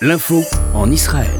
L'info en Israël.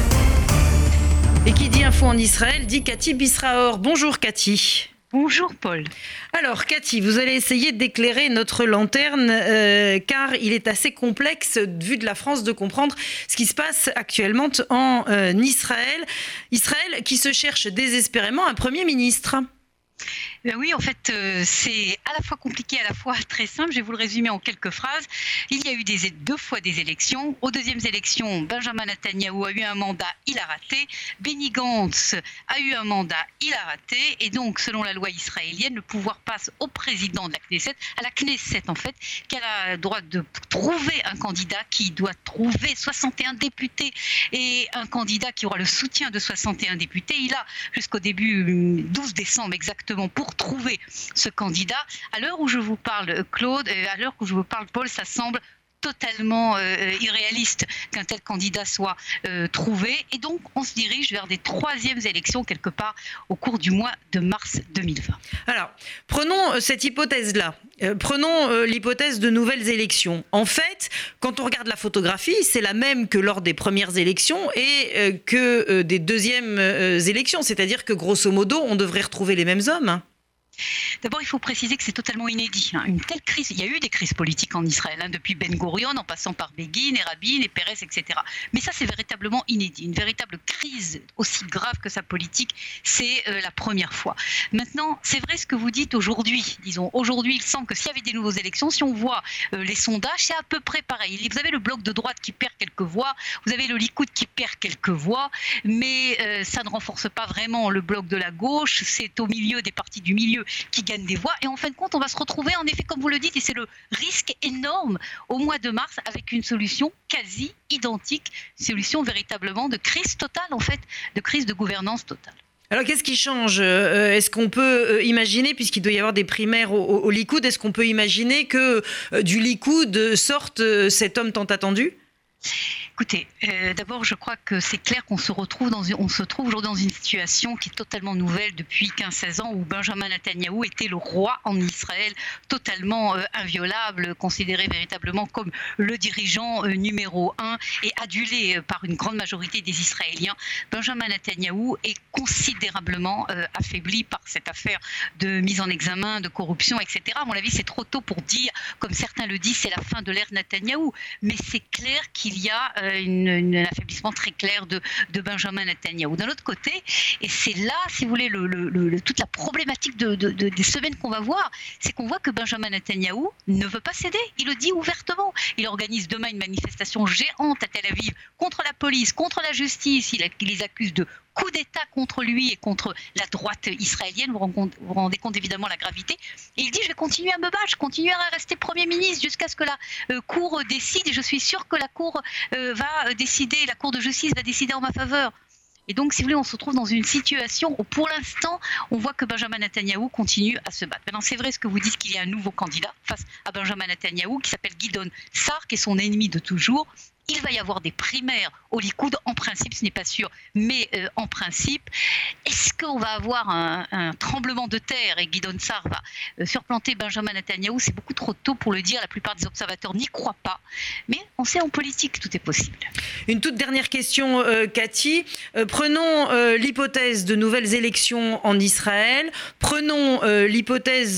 Et qui dit info en Israël dit Cathy Bisraor. Bonjour Cathy. Bonjour Paul. Alors Cathy, vous allez essayer d'éclairer notre lanterne car il est assez complexe, vu de la France, de comprendre ce qui se passe actuellement en Israël. Israël qui se cherche désespérément un Premier ministre. Oui, en fait, c'est à la fois compliqué, à la fois très simple. Je vais vous le résumer en quelques phrases. Il y a eu deux fois des élections. Aux deuxièmes élections, Benjamin Netanyahou a eu un mandat, il a raté. Benny Gantz a eu un mandat, il a raté. Et donc, selon la loi israélienne, le pouvoir passe au président de la Knesset, à la Knesset en fait, qui a le droit de trouver un candidat qui doit trouver 61 députés et un candidat qui aura le soutien de 61 députés. Il a jusqu'au début 12 décembre exactement pour trouver ce candidat. À l'heure où je vous parle, Claude, à l'heure où je vous parle, Paul, ça semble totalement irréaliste qu'un tel candidat soit trouvé. Et donc, on se dirige vers des troisièmes élections quelque part au cours du mois de mars 2020. Alors, prenons cette hypothèse-là. Prenons l'hypothèse de nouvelles élections. En fait, quand on regarde la photographie, c'est la même que lors des premières élections et que des deuxièmes élections. C'est-à-dire que, grosso modo, on devrait retrouver les mêmes hommes. D'abord, il faut préciser que c'est totalement inédit. Une telle crise, il y a eu des crises politiques en Israël, depuis Ben Gurion, en passant par Begin et Rabin et Peres, etc. Mais ça, c'est véritablement inédit. Une véritable crise aussi grave que sa politique, c'est la première fois. Maintenant, c'est vrai ce que vous dites aujourd'hui. Disons, aujourd'hui, il semble que s'il y avait des nouvelles élections, si on voit les sondages, c'est à peu près pareil. Vous avez le bloc de droite qui perd quelques voix, vous avez le Likoud qui perd quelques voix, mais ça ne renforce pas vraiment le bloc de la gauche. C'est au milieu des partis du milieu qui gagnent des voix. Et en fin de compte, on va se retrouver, en effet, comme vous le dites, et c'est le risque énorme au mois de mars, avec une solution quasi identique, solution véritablement de crise totale, en fait, de crise de gouvernance totale. Alors, qu'est-ce qui change ? Est-ce qu'on peut imaginer, puisqu'il doit y avoir des primaires au Likoud, est-ce qu'on peut imaginer que du Likoud sorte cet homme tant attendu ? Écoutez, d'abord, je crois que c'est clair qu'on se trouve aujourd'hui dans une situation qui est totalement nouvelle depuis 15-16 ans où Benjamin Netanyahou était le roi en Israël, totalement inviolable, considéré véritablement comme le dirigeant numéro 1 et adulé par une grande majorité des Israéliens. Benjamin Netanyahou est considérablement affaibli par cette affaire de mise en examen, de corruption, etc. À mon avis, c'est trop tôt pour dire, comme certains le disent, c'est la fin de l'ère Netanyahou. Mais c'est clair qu'il y a un affaiblissement très clair de Benjamin Netanyahou. D'un autre côté, et c'est là, si vous voulez, toute la problématique des semaines qu'on va voir, c'est qu'on voit que Benjamin Netanyahou ne veut pas céder. Il le dit ouvertement. Il organise demain une manifestation géante à Tel Aviv contre la police, contre la justice. Il les accuse de coup d'État contre lui et contre la droite israélienne. Vous vous rendez compte évidemment la gravité. Et il dit, je vais continuer à me battre, je continuerai à rester Premier ministre jusqu'à ce que la Cour décide. Et je suis sûr que la Cour va décider, la Cour de justice va décider en ma faveur. Et donc, si vous voulez, on se retrouve dans une situation où, pour l'instant, on voit que Benjamin Netanyahou continue à se battre. Maintenant, c'est vrai ce que vous dites qu'il y a un nouveau candidat face à Benjamin Netanyahou qui s'appelle Gideon Sa'ar, qui est son ennemi de toujours. Il va y avoir des primaires au Likoud, en principe, ce n'est pas sûr, mais en principe. Est-ce qu'on va avoir un tremblement de terre et Gideon Sa'ar va surplanter Benjamin Netanyahou ? C'est beaucoup trop tôt pour le dire, la plupart des observateurs n'y croient pas. Mais on sait, en politique, tout est possible. Une toute dernière question, Cathy. Prenons l'hypothèse de nouvelles élections en Israël. Prenons l'hypothèse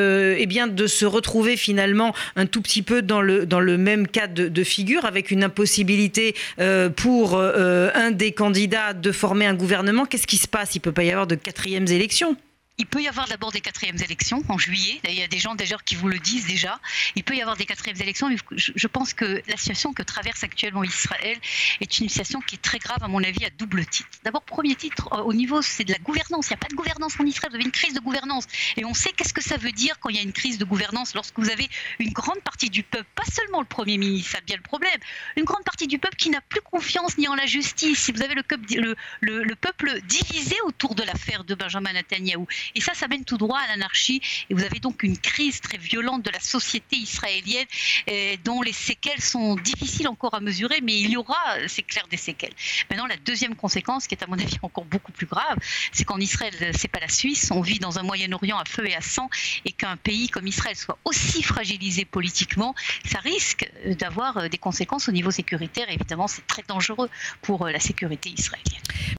de se retrouver finalement un tout petit peu dans le même cas de figure, avec une impossibilité pour un des candidats de former un gouvernement. Qu'est-ce qui se passe ? Il ne peut pas y avoir de quatrièmes élections. Il peut y avoir d'abord des quatrièmes élections en juillet. Il y a des gens d'ailleurs qui vous le disent déjà. Il peut y avoir des quatrièmes élections. Mais je pense que la situation que traverse actuellement Israël est une situation qui est très grave, à mon avis, à double titre. D'abord, premier titre, au niveau, c'est de la gouvernance. Il n'y a pas de gouvernance en Israël. Vous avez une crise de gouvernance. Et on sait qu'est-ce que ça veut dire quand il y a une crise de gouvernance lorsque vous avez une grande partie du peuple, pas seulement le Premier ministre, ça a bien le problème, une grande partie du peuple qui n'a plus confiance ni en la justice. Si vous avez le peuple divisé autour de l'affaire de Benjamin Netanyahou, Et ça mène tout droit à l'anarchie. Et vous avez donc une crise très violente de la société israélienne dont les séquelles sont difficiles encore à mesurer, mais il y aura, c'est clair, des séquelles. Maintenant, la deuxième conséquence, qui est à mon avis encore beaucoup plus grave, c'est qu'en Israël, c'est pas la Suisse, on vit dans un Moyen-Orient à feu et à sang, et qu'un pays comme Israël soit aussi fragilisé politiquement, ça risque d'avoir des conséquences au niveau sécuritaire. Évidemment, c'est très dangereux pour la sécurité israélienne.